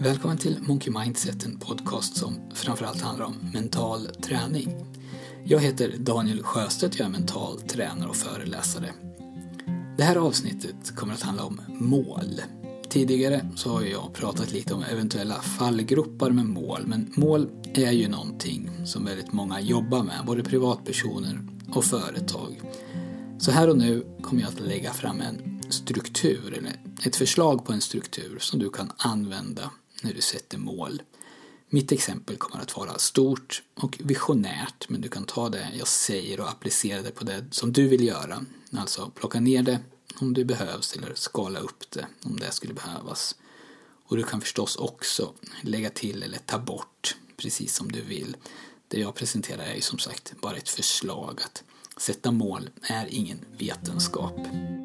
Välkommen till Monkey Mindset, en podcast som framförallt handlar om mental träning. Jag heter Daniel Sjöstedt, jag är mental tränare och föreläsare. Det här avsnittet kommer att handla om mål. Tidigare så har jag pratat lite om eventuella fallgropar med mål, men mål är ju någonting som väldigt många jobbar med, både privatpersoner och företag. Så här och nu kommer jag att lägga fram en struktur, eller ett förslag på en struktur som du kan använda när du sätter mål. Mitt exempel kommer att vara stort och visionärt, men du kan ta det jag säger och applicera det på det som du vill göra. Alltså plocka ner det om det behövs eller skala upp det om det skulle behövas. Och du kan förstås också lägga till eller ta bort precis som du vill. Det jag presenterar är ju som sagt bara ett förslag. Att sätta mål är ingen vetenskap.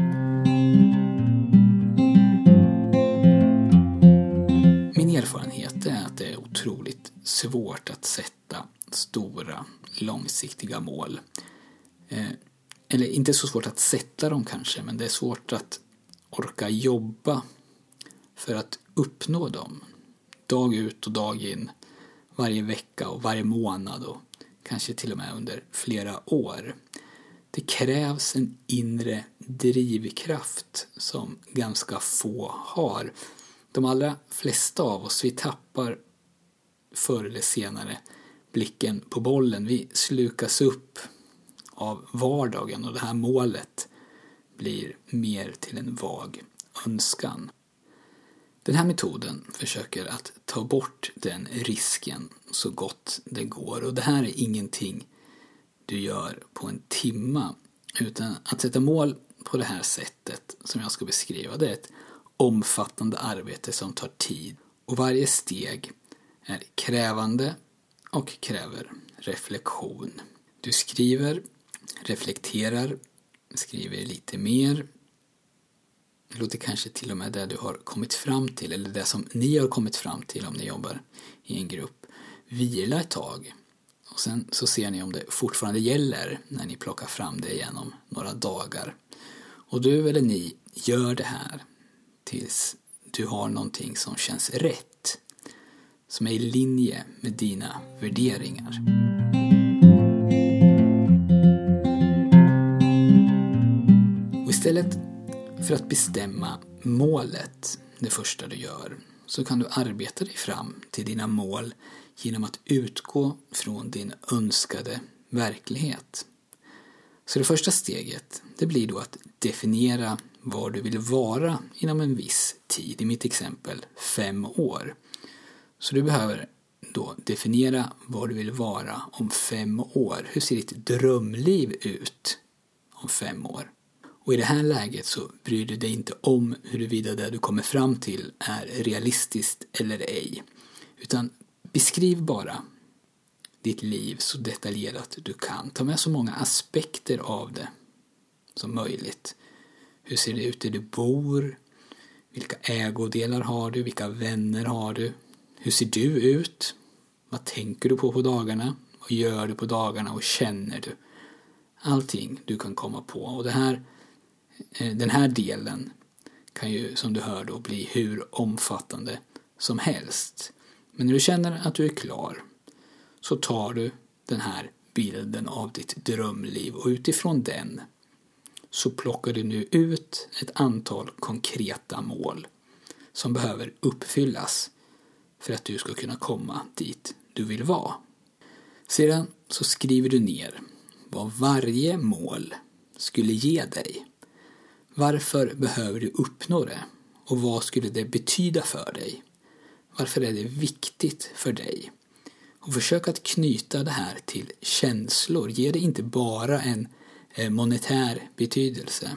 Min erfarenhet är att det är otroligt svårt att sätta stora, långsiktiga mål. Eller inte så svårt att sätta dem kanske, men det är svårt att orka jobba för att uppnå dem. Dag ut och dag in, varje vecka och varje månad och kanske till och med under flera år. Det krävs en inre drivkraft som ganska få har. De allra flesta av oss, vi tappar förr eller senare blicken på bollen. Vi slukas upp av vardagen och det här målet blir mer till en vag önskan. Den här metoden försöker att ta bort den risken så gott det går. Och det här är ingenting du gör på en timma, utan att sätta mål på det här sättet som jag ska beskriva, det är ett omfattande arbete som tar tid. Och varje steg är krävande och kräver reflektion. Du skriver, reflekterar, skriver lite mer. Det låter kanske till och med det du har kommit fram till, eller det som ni har kommit fram till om ni jobbar i en grupp. Vila ett tag. Och sen så ser ni om det fortfarande gäller när ni plockar fram det igen om några dagar. Och du eller ni gör det här tills du har någonting som känns rätt. Som är i linje med dina värderingar. Och istället för att bestämma målet, det första du gör, så kan du arbeta dig fram till dina mål genom att utgå från din önskade verklighet. Så det första steget, det blir då att definiera var du vill vara inom en viss tid. I mitt exempel 5 år. Så du behöver då definiera var du vill vara om 5 år. Hur ser ditt drömliv ut om 5 år? Och i det här läget så bryr du dig inte om huruvida det du kommer fram till är realistiskt eller ej. Utan beskriv bara ditt liv så detaljerat du kan. Ta med så många aspekter av det som möjligt. Hur ser det ut där du bor? Vilka ägodelar har du? Vilka vänner har du? Hur ser du ut? Vad tänker du på dagarna? Vad gör du på dagarna och känner du? Allting du kan komma på. Och den här delen kan ju, som du hör då, bli hur omfattande som helst. Men när du känner att du är klar så tar du den här bilden av ditt drömliv och utifrån den så plockar du nu ut ett antal konkreta mål som behöver uppfyllas för att du ska kunna komma dit du vill vara. Sedan så skriver du ner vad varje mål skulle ge dig. Varför behöver du uppnå det? Och vad skulle det betyda för dig? Varför är det viktigt för dig? Och försök att knyta det här till känslor. Ge det inte bara en monetär betydelse.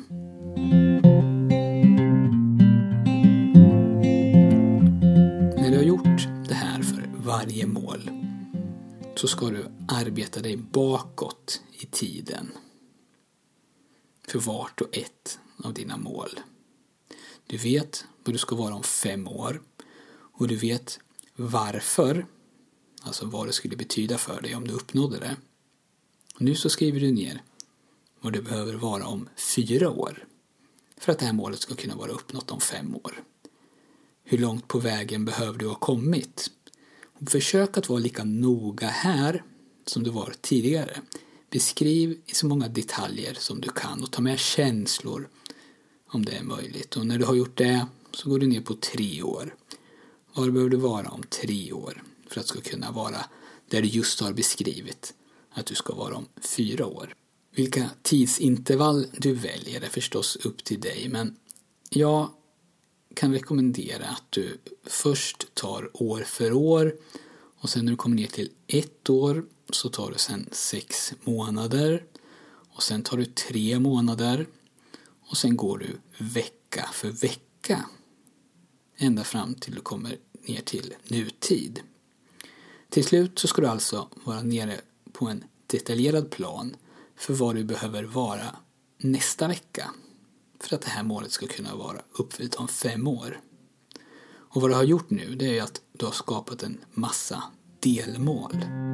När du har gjort det här för varje mål så ska du arbeta dig bakåt i tiden för vart och ett av dina mål. Du vet vad du ska vara om 5 år och du vet varför, alltså vad det skulle betyda för dig om du uppnådde det. Och nu så skriver du ner vad du behöver vara om 4 år för att det här målet ska kunna vara uppnått om 5 år. hur långt på vägen behöver du ha kommit. Och försök att vara lika noga här som du var tidigare. Beskriv i så många detaljer som du kan och ta med känslor om det är möjligt. Och när du har gjort det så går du ner på 3 år. Var behöver du vara om 3 år för att ska kunna vara där du just har beskrivit att du ska vara om 4 år. Vilka tidsintervall du väljer är förstås upp till dig, men jag kan rekommendera att du först tar år för år och sen när du kommer ner till 1 år så tar du sen 6 månader och sen tar du 3 månader och sen går du vecka för vecka ända fram till du kommer ner till nutid. Till slut så ska du alltså vara nere på en detaljerad plan för vad du behöver vara nästa vecka för att det här målet ska kunna vara uppfyllt om 5 år. Och vad du har gjort nu, det är att du har skapat en massa delmål.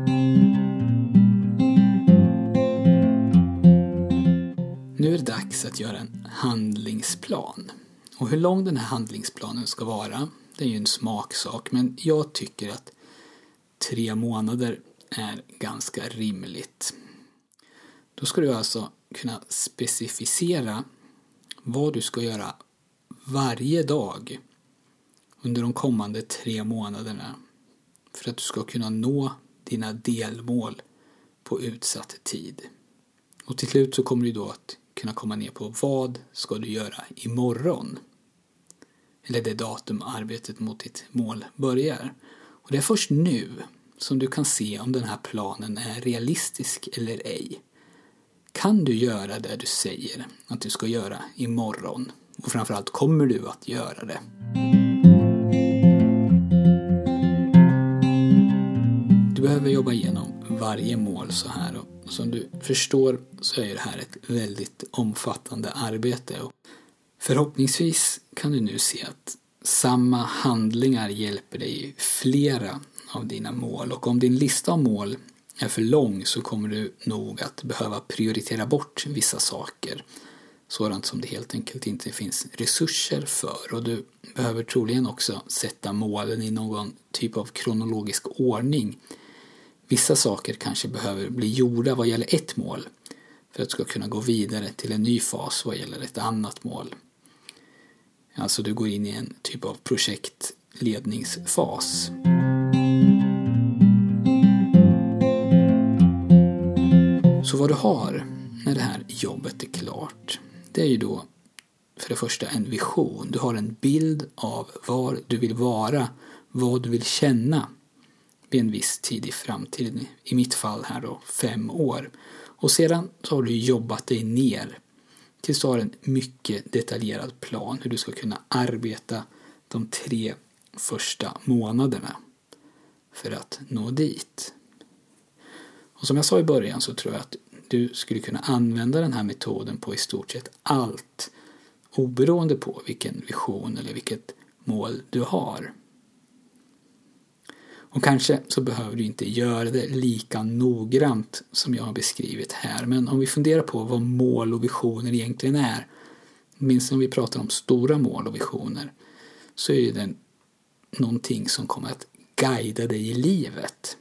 Nu är det dags att göra en handlingsplan. Och hur lång den här handlingsplanen ska vara, det är ju en smaksak, men jag tycker att 3 månader är ganska rimligt. Då ska du alltså kunna specificera vad du ska göra varje dag under de kommande 3 månaderna för att du ska kunna nå dina delmål på utsatt tid. Och till slut så kommer du då att kunna komma ner på vad ska du göra imorgon? Eller det datum arbetet mot ditt mål börjar. Och det är först nu som du kan se om den här planen är realistisk eller ej. Kan du göra det du säger att du ska göra imorgon? Och framförallt kommer du att göra det? Du behöver jobba igenom varje mål så här. Och som du förstår så är det här ett väldigt omfattande arbete. Och förhoppningsvis kan du nu se att samma handlingar hjälper dig i flera av dina mål. Och om din lista av mål är för lång så kommer du nog att behöva prioritera bort vissa saker. Sådant som det helt enkelt inte finns resurser för. Och du behöver troligen också sätta målen i någon typ av kronologisk ordning. Vissa saker kanske behöver bli gjorda vad gäller ett mål för att du ska kunna gå vidare till en ny fas vad gäller ett annat mål. Alltså du går in i en typ av projektledningsfas. Så vad du har när det här jobbet är klart, det är ju då för det första en vision. Du har en bild av var du vill vara, vad du vill känna vid en viss tid i framtiden. I mitt fall här då 5 år. Och sedan så har du jobbat dig ner tills du har en mycket detaljerad plan hur du ska kunna arbeta de 3 första månaderna för att nå dit. Och som jag sa i början så tror jag att du skulle kunna använda den här metoden på i stort sett allt, oberoende på vilken vision eller vilket mål du har. Och kanske så behöver du inte göra det lika noggrant som jag har beskrivit här, men om vi funderar på vad mål och visioner egentligen är, minst om vi pratar om stora mål och visioner, så är det någonting som kommer att guida dig i livet.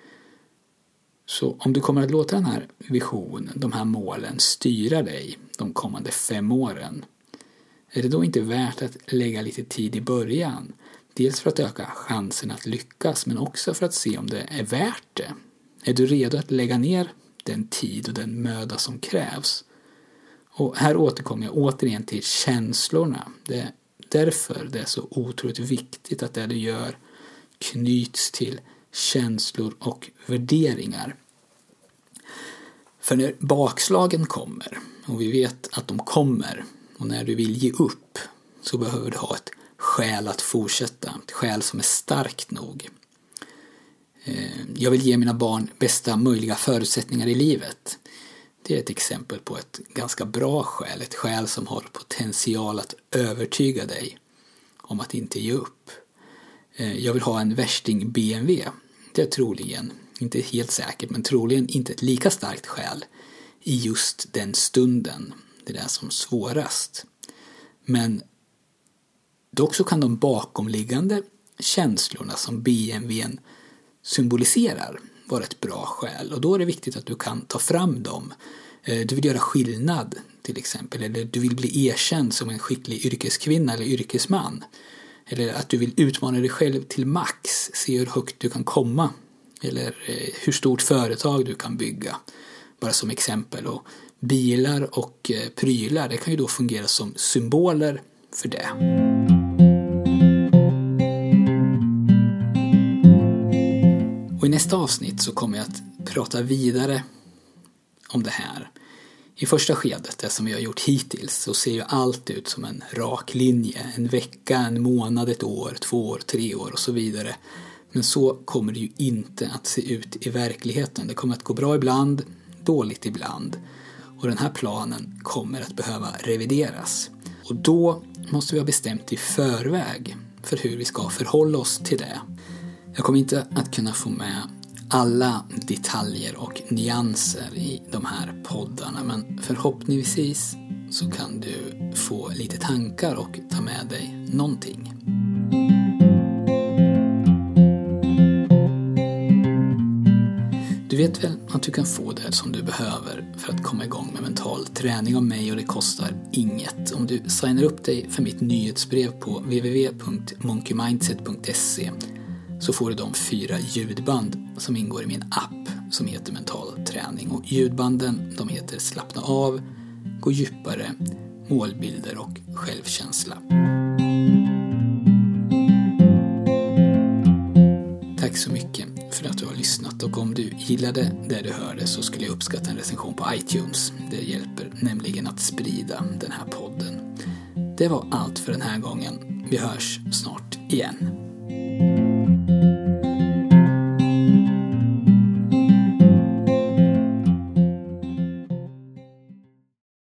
Så om du kommer att låta den här visionen, de här målen styra dig de kommande 5 åren, är det då inte värt att lägga lite tid i början? Dels för att öka chansen att lyckas, men också för att se om det är värt det. Är du redo att lägga ner den tid och den möda som krävs? Och här återkommer jag återigen till känslorna. Det är därför det är så otroligt viktigt att det du gör knyts till känslor och värderingar. För när bakslagen kommer, och vi vet att de kommer, och när du vill ge upp, så behöver du ha ett skäl att fortsätta, ett skäl som är starkt nog. Jag vill ge mina barn bästa möjliga förutsättningar i livet. Det är ett exempel på ett ganska bra skäl, ett skäl som har potential att övertyga dig om att inte ge upp. Jag vill ha en värsting BMW. Det är troligen, inte helt säkert, men troligen inte ett lika starkt skäl i just den stunden. Det är det som är svårast. Men Dock så kan de bakomliggande känslorna som BMW:n symboliserar vara ett bra skäl, och då är det viktigt att du kan ta fram dem. Du vill göra skillnad till exempel, eller du vill bli erkänd som en skicklig yrkeskvinna eller yrkesman, eller att du vill utmana dig själv till max, se hur högt du kan komma, eller hur stort företag du kan bygga, bara som exempel. Och bilar och prylar, det kan ju då fungera som symboler för det. Och i nästa avsnitt så kommer jag att prata vidare om det här. I första skedet, det som vi har gjort hittills, så ser ju allt ut som en rak linje. En vecka, en månad, ett år, 2 år, 3 år och så vidare. Men så kommer det ju inte att se ut i verkligheten. Det kommer att gå bra ibland, dåligt ibland. Och den här planen kommer att behöva revideras. Och då måste vi ha bestämt i förväg för hur vi ska förhålla oss till det. Jag kommer inte att kunna få med alla detaljer och nyanser i de här poddarna, men förhoppningsvis så kan du få lite tankar och ta med dig någonting. Du vet väl att du kan få det som du behöver för att komma igång med mental träning av mig, och det kostar inget. Om du signar upp dig för mitt nyhetsbrev på www.monkeymindset.se så får du de 4 ljudband som ingår i min app som heter mental träning. Och ljudbanden, de heter Slappna av, Gå djupare, Målbilder och Självkänsla. Tack så mycket för att du har lyssnat, och om du gillade det du hörde så skulle jag uppskatta en recension på iTunes. Det hjälper nämligen att sprida den här podden. Det var allt för den här gången. Vi hörs snart igen.